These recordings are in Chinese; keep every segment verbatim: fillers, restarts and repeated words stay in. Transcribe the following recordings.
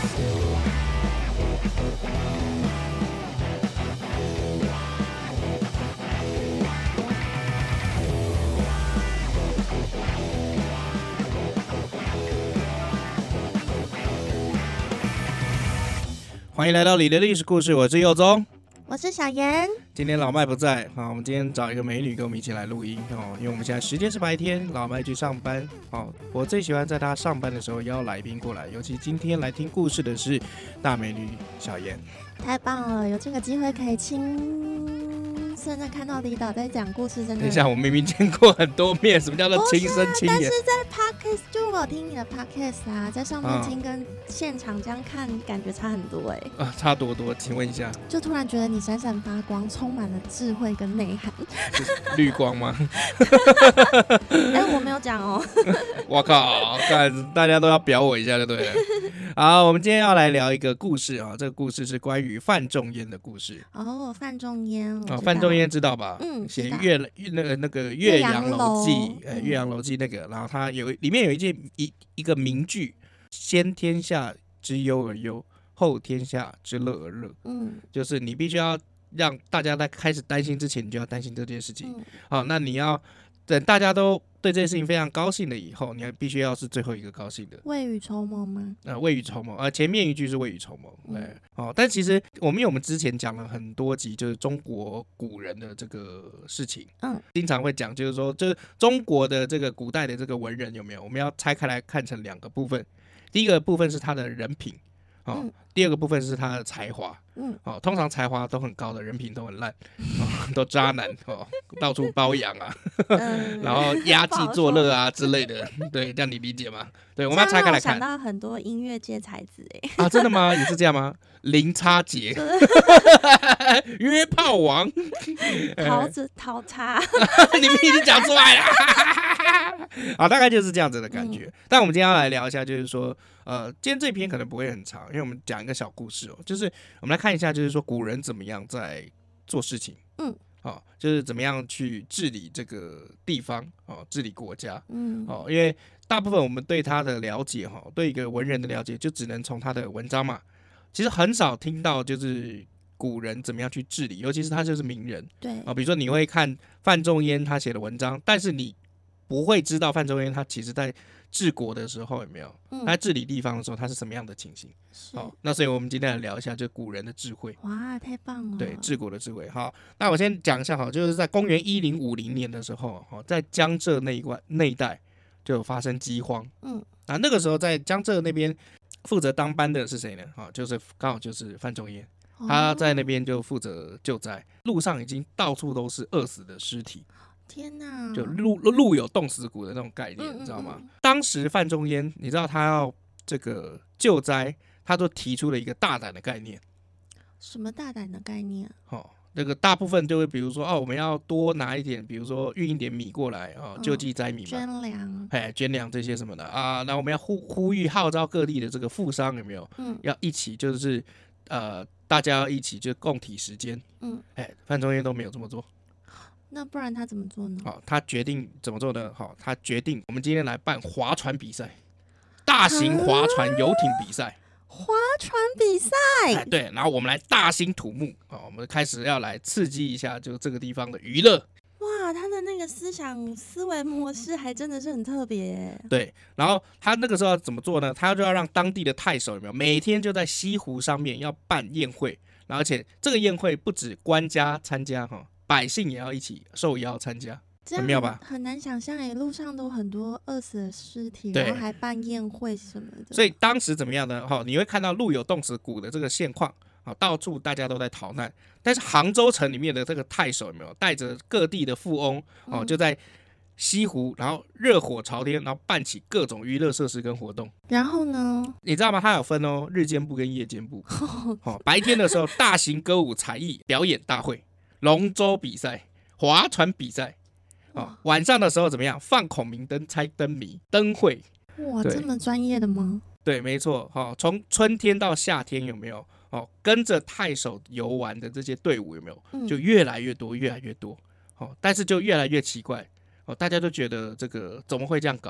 欢迎来到你的历史故事，我是佑宗， 我是小妍。 今天老麦不在，好，我们今天找一个美女跟我们一起来录音哦，因为我们现在时间是白天，老麦去上班。哦，我最喜欢在他上班的时候邀来宾过来，尤其今天来听故事的是大美女小妍。 太棒了，有这个机会可以亲身的看到李导在讲故事，真的。 等一下，我明明见过很多面，什么叫做亲身亲眼？ 但是在 podcast 就我听你的 podcast 啊，在上面听跟现场这样看，感觉差很多哎、 欸。啊，差多多？请问一下， 就突然觉得你闪闪发光，充满了智慧跟内涵。 绿光吗？ 哎、欸，我没有讲哦。 我靠，干，大家都要表我一下就对了。好，我们今天要来聊一个故事啊，这个故事是关于范仲淹的故事。 哦，范仲淹， 哦，范仲淹知道吧？ 嗯， 写岳那个那个《岳阳楼记》，呃，《岳阳楼记》那个，然后它有里面有一件一一个名句：先天下之忧而忧，后天下之乐而乐。嗯，就是你必须要让大家在开始担心之前，你就要担心这件事情。嗯、好，那你要等大家都对这件事情非常高兴了以后，你还必须要是最后一个高兴的。 未雨绸缪吗？ 呃，未雨绸缪，呃，前面一句是未雨绸缪，对、嗯，哦，但其实我们因为我们之前讲了很多集，就是中国古人的这个事情，嗯，经常会讲，就是说，就是中国的这个古代的这个文人有没有？我们要拆开来看成两个部分，第一个部分是他的人品。哦嗯、第二个部分是他的才华、嗯哦，通常才华都很高的，人品都很烂、哦，都渣男哦，到处包养啊，嗯、然后压计作乐啊之类的，对，这样你理解吗？对，我们要拆开来看。 想到很多音乐界才子哎， 啊，真的吗？也是这样吗？零差节，约炮王， 桃子桃叉， 你们已经讲出来了。好，大概就是这样子的感觉。嗯、但我们今天要来聊一下，就是说，呃，今天这篇可能不会很长，因为我们讲一个小故事哦，就是我们来看一下，就是说古人怎么样在做事情，嗯，哦，就是怎么样去治理这个地方，哦，治理国家，嗯，哦，因为大部分我们对他的了解，哈，对一个文人的了解，就只能从他的文章嘛，其实很少听到就是古人怎么样去治理，尤其是他就是名人， 对，啊、 哦，比如说你会看范仲淹他写的文章，但是你不会知道范仲淹他其实在治国的时候有没有、嗯、他在治理地方的时候他是什么样的情形。好，那所以我们今天来聊一下就古人的智慧。 哇，太棒了。 对，治国的智慧。好，那我先讲一下，就是在公元一零五零年的时候，在江浙那一块那一带就有发生饥荒。嗯，那那个时候在江浙那边负责当班的是谁呢？就是刚好就是范仲淹，他在那边就负责救灾，路上已经到处都是饿死的尸体。 天哪， 就路路有冻死骨的那种概念，嗯嗯嗯，你知道吗？当时范仲淹，你知道他要这个救灾，他都提出了一个大胆的概念。 什么大胆的概念？ 哦，那个大部分就会比如说哦，我们要多拿一点，比如说运一点米过来哦，救济灾民嘛， 捐粮， 哎，捐粮这些什么的啊。那我们要呼呼吁号召各地的这个富商有没有？嗯，要一起就是呃，大家要一起就共体时艰。嗯，哎，范仲淹都没有这么做。 那不然他怎么做呢？ 好，他决定怎么做呢？好，他决定我们今天来办划船比赛，大型划船游艇比赛。 划船比赛， 对，然后我们来大兴土木，我们开始要来刺激一下，就这个地方的娱乐。 哇，他的那个思想思维模式还真的是很特别。 对，然后他那个时候要怎么做呢？他就要让当地的太守有没有每天就在西湖上面要办宴会，而且这个宴会不止官家参加哈。百姓也要一起受邀参加，很妙吧？ 很难想象诶，路上都很多饿死的尸体，然后还办宴会什么的。 所以当时怎么样呢？你会看到路有冻死骨的这个现况，到处大家都在逃难。但是杭州城里面的这个太守有没有带着各地的富翁，嗯、就在西湖，然后热火朝天，然后办起各种娱乐设施跟活动。 然后呢？ 你知道吗？它有分哦，日间部跟夜间部。哦、白天的时候，大型歌舞才艺表演大会。龙舟比赛、划船比赛、哦，晚上的时候怎么样？放孔明灯、猜灯谜、灯会。 哇，这么专业的吗？ 对，没错。哦，从春天到夏天有没有？哦，跟着太守游玩的这些队伍有没有？嗯、就越来越多，越来越多。哦，但是就越来越奇怪。哦，大家都觉得这个怎么会这样搞？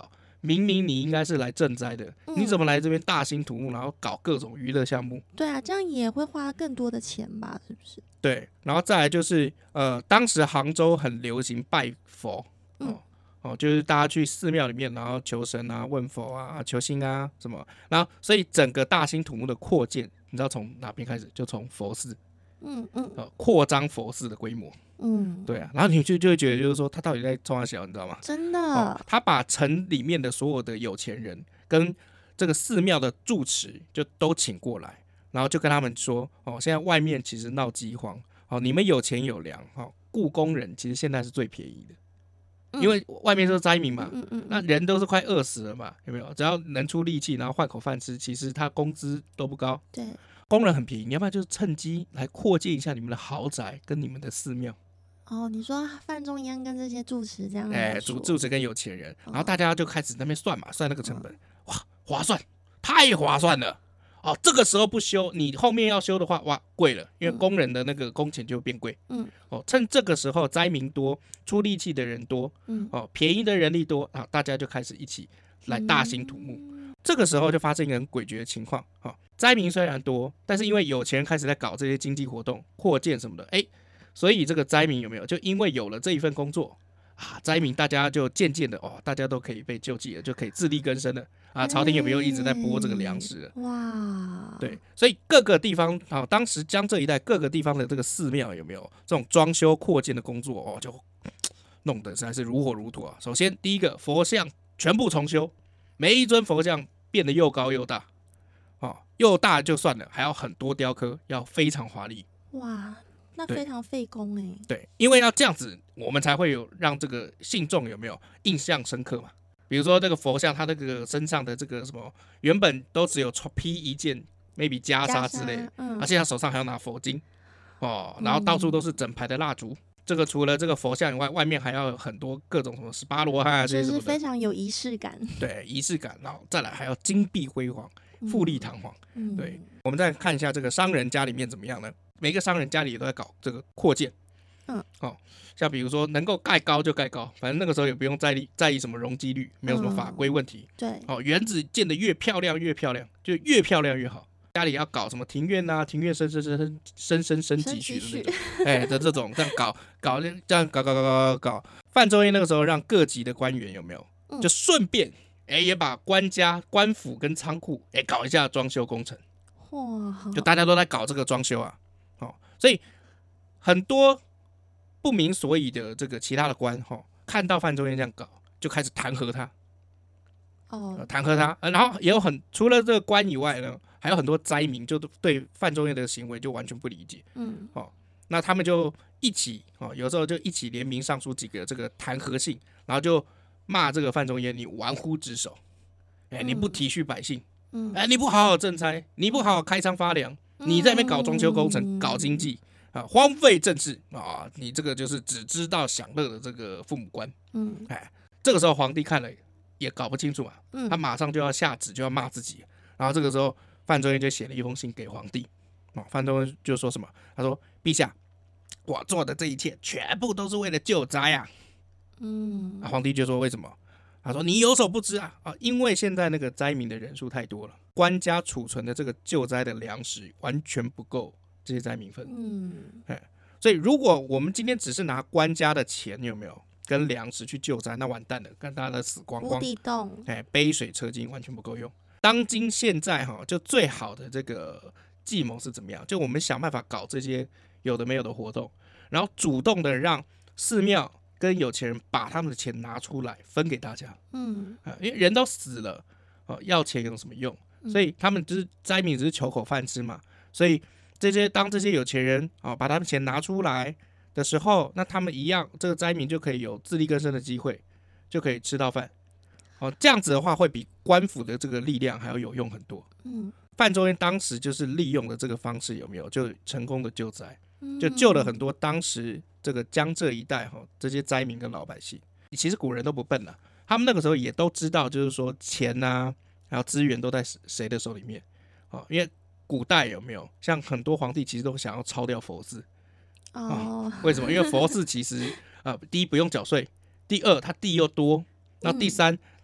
明明你应该是来赈灾的、嗯，你怎么来这边大兴土木，然后搞各种娱乐项目？ 对啊，这样也会花更多的钱吧？是不是？ 对，然后再来就是呃，当时杭州很流行拜佛，嗯、哦哦，就是大家去寺庙里面，然后求神啊、问佛啊、求星啊什么，然后所以整个大兴土木的扩建，你知道从哪边开始？就从佛寺，嗯嗯，呃，扩张佛寺的规模。嗯，对啊，然后你就就会觉得，就是说他到底在冲啥小，你知道吗？ 真的、 哦，他把城里面的所有的有钱人跟这个寺庙的住持就都请过来，然后就跟他们说，哦，现在外面其实闹饥荒，哦，你们有钱有粮，哦，雇工人其实现在是最便宜的，嗯、因为外面都是灾民嘛，嗯嗯，那人都是快饿死了嘛，有没有？只要能出力气，然后换口饭吃，其实他工资都不高， 对， 工人很便宜，你要不要就是趁机来扩建一下你们的豪宅跟你们的寺庙？ 哦，你说范仲淹跟这些住持这样， 哎，住住持跟有钱人，然后大家就开始那边算嘛，算那个成本，哇，划算，太划算了。哦，这个时候不修，你后面要修的话，哇，贵了，因为工人的那个工钱就变贵。嗯，哦，趁这个时候灾民多，出力气的人多，嗯，哦，便宜的人力多啊，大家就开始一起来大兴土木。嗯、这个时候就发生一个很诡谲的情况，哦，灾民虽然多，但是因为有钱人开始在搞这些经济活动、扩建什么的，哎。所以这个灾民有没有？就因为有了这一份工作啊，灾民大家就渐渐的哦，大家都可以被救济了，就可以自力更生了啊。朝廷也不用一直在拨这个粮食了。哇，对，所以各个地方啊，当时江浙一带各个地方的这个寺庙有没有这种装修扩建的工作哦，就弄得实在是如火如荼啊。首先第一个佛像全部重修，每一尊佛像变得又高又大，哦，又大就算了，还要很多雕刻，要非常华丽。 哇。那非常费工哎、欸， 对，因为要这样子，我们才会有让这个信众有没有印象深刻嘛？比如说这个佛像，他那个身上的这个什么，原本都只有披一件 maybe 袈裟之类，嗯，而且他手上还要拿佛经哦，然后到处都是整排的蜡烛。嗯、这个除了这个佛像以外，外面还要有很多各种什么十八罗汉啊这些什么的， 就是非常有仪式感。 对，仪式感，然后再来还要金碧辉煌、富丽堂皇。嗯、对，我们再看一下这个商人家里面怎么样呢？每个商人家里也都在搞这个扩建，嗯，哦，像比如说能够盖高就盖高，反正那个时候也不用在意在意什么容积率，没有什么法规问题， 嗯、对， 哦，园子建得越漂亮越漂亮，就越漂亮越好。家里要搞什么庭院啊，庭院升升升升升升升几许的那种，哎的这种这样搞搞这样搞搞搞搞搞。范仲淹那个时候让各级的官员有没有，嗯、就顺便哎也把官家官府跟仓库哎搞一下装修工程，哇，就大家都在搞这个装修啊。哦、所以很多不明所以的这个其他的官、哦、看到范仲淹这样搞，就开始弹劾他，哦，呃、弹劾他、呃，然后也有很除了这个官以外呢，还有很多灾民就对范仲淹的行为就完全不理解，嗯，哦，那他们就一起、哦、有时候就一起联名上书几个这个弹劾信，然后就骂这个范仲淹你玩忽职守，哎，你不体恤百姓，嗯，哎，你不好好赈灾，你不好好开仓发粮。你在那边搞装修工程、搞经济啊，荒废政事啊，你这个就是只知道享乐的这个父母官。嗯，哎，这个时候皇帝看了也搞不清楚啊，嗯、他马上就要下旨，就要骂自己。然后这个时候范仲淹就写了一封信给皇帝，哦，范仲淹就说什么？他说：“陛下，我做的这一切全部都是为了救灾啊。”嗯，啊、皇帝就说：“为什么？”他说：“你有所不知啊，啊，因为现在那个灾民的人数太多了。”官家储存的这个救灾的粮食完全不够这些灾民分，嗯，所以如果我们今天只是拿官家的钱有没有跟粮食去救灾，那完蛋了，跟大家的死光光， 无底洞， 哎，杯水车薪，完全不够用。当今现在哈，就最好的这个计谋是怎么样？就我们想办法搞这些有的没有的活动，然后主动的让寺庙跟有钱人把他们的钱拿出来分给大家，嗯，因为人都死了，哦，要钱有什么用？所以他们只是灾民，只是求口饭吃嘛。所以这些当这些有钱人、哦、把他们钱拿出来的时候，那他们一样，这个灾民就可以有自力更生的机会，就可以吃到饭。哦，这样子的话，会比官府的这个力量还要有用很多。嗯，范仲淹当时就是利用了这个方式，有没有就成功的救灾，就救了很多当时这个江浙一带、哦、这些灾民跟老百姓。其实古人都不笨啦，他们那个时候也都知道，就是说钱啊。然后资源都在谁的手里面、哦、因为古代有没有像很多皇帝其实都想要抄掉佛寺、哦哦、为什么？因为佛寺其实、呃、第一不用缴税，第二它地又多，然后第三、嗯、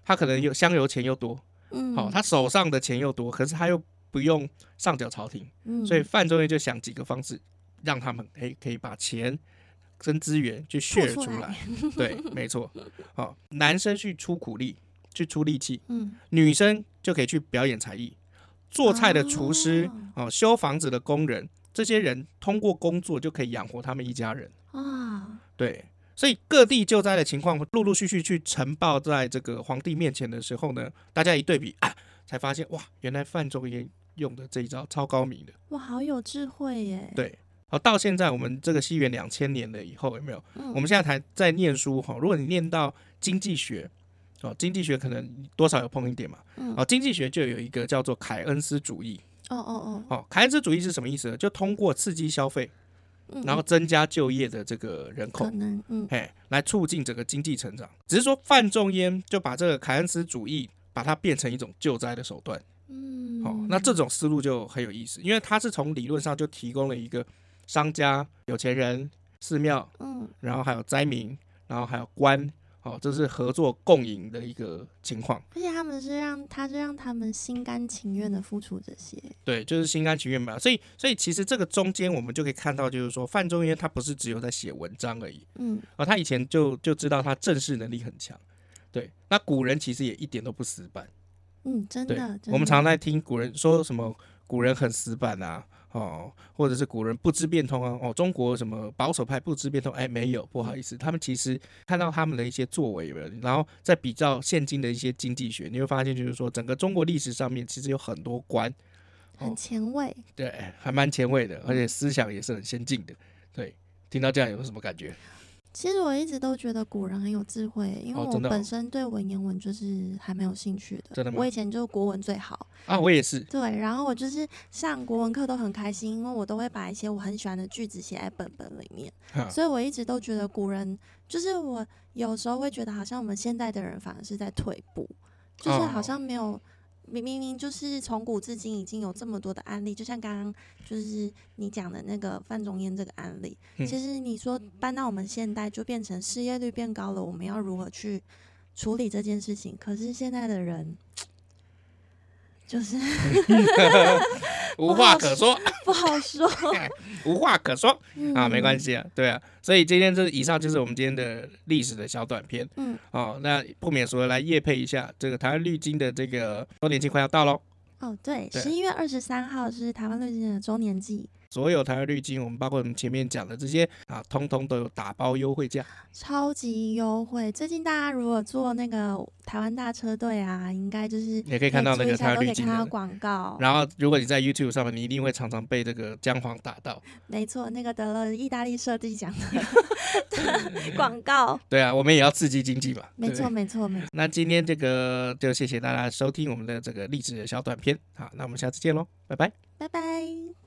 他可能有香油钱又多， 嗯， 好、他手上的钱又多，可是他又不用上缴朝廷， 嗯， 所以范仲淹就想几个方式，让他们可以可以把钱跟资源去 share 出来。对，没错。好、男生去出苦力，去出力气， 嗯， 女生就可以去表演才艺，做菜的厨师，哦，哦修房子的工人，这些人通过工作就可以养活他们一家人。 啊， 对。所以各地救灾的情况陆陆续续去呈报在这个皇帝面前的时候呢，大家一对比啊，才发现哇，原来范仲淹用的这一招超高明的。 哇，好有智慧耶。 对，好，到现在我们这个西元两千年了以后，有没有？ 嗯， 我们现在还在念书哈，如果你念到经济学，哦，经济学可能多少有碰一点嘛。 嗯， 哦，经济学就有一个叫做凯恩斯主义。 哦哦哦， 哦，凯恩斯主义是什么意思呢？就通过刺激消费。然后增加就业的这个人口， 可能嗯， 嘿，来促进整个经济成长。只是说范仲淹就把这个凯恩斯主义，把它变成一种救灾的手段。 嗯， 好、哦，那这种思路就很有意思，因为他是从理论上就提供了一个商家、有钱人、寺庙， 嗯， 然后还有灾民，然后还有官。哦，这是合作共赢的一个情况， 而且他们是让他是让他们心甘情愿的付出这些， 对，就是心甘情愿嘛。所以，所以其实这个中间我们就可以看到，就是说范仲淹他不是只有在写文章而已， 嗯， 哦，他以前就就知道他政事能力很强，对。那古人其实也一点都不死板， 嗯，真的， 对， 真的我们常常在听古人说什么古人很死板啊，哦，或者是古人不知变通啊，哦，中国什么保守派不知变通，哎，没有，不好意思，他们其实看到他们的一些作为，然后再比较现今的一些经济学，你会发现就是说，整个中国历史上面其实有很多官， 很前卫， 哦，对，还蛮前卫的，而且思想也是很先进的，对，听到这样有什么感觉？ 其实我一直都觉得古人很有智慧，因为我本身对文言文就是还蛮有兴趣的。 真的吗？ 我以前就国文最好啊，我也是。 对，然后我就是上国文课都很开心，因为我都会把一些我很喜欢的句子写在本本里面，所以我一直都觉得古人，就是我有时候会觉得好像我们现在的人反而是在退步，就是好像没有。哦，明明就是从古至今已经有这么多的案例，就像刚刚就是你讲的那个范仲淹这个案例，嗯，其实你说搬到我们现代就变成失业率变高了，我们要如何去处理这件事情？可是现在的人就是无话可说， 不好说， 无话可说啊，没关系啊，对啊，所以今天这以上就是我们今天的历史的小短片，嗯，哦，那不免说来业配一下这个台湾绿金的这个周年庆快要到喽。 哦，对，十一月二十三号是台湾绿金的周年祭。 所有台湾绿金，我们包括我们前面讲的这些啊，通通都有打包优惠价， 超级优惠。最近大家如果做那个台湾大车队啊，应该就是也可以看到那个台湾绿金的广告。 然后，如果你在 YouTube 上面，你一定会常常被这个姜黄打到。 没错，那个得了意大利设计奖的广告。 对啊，我们也要刺激经济嘛。 没错，没错，没错。 那今天这个就谢谢大家收听我们的这个励志的小短片。好，那我们下次见喽，拜拜， 拜拜。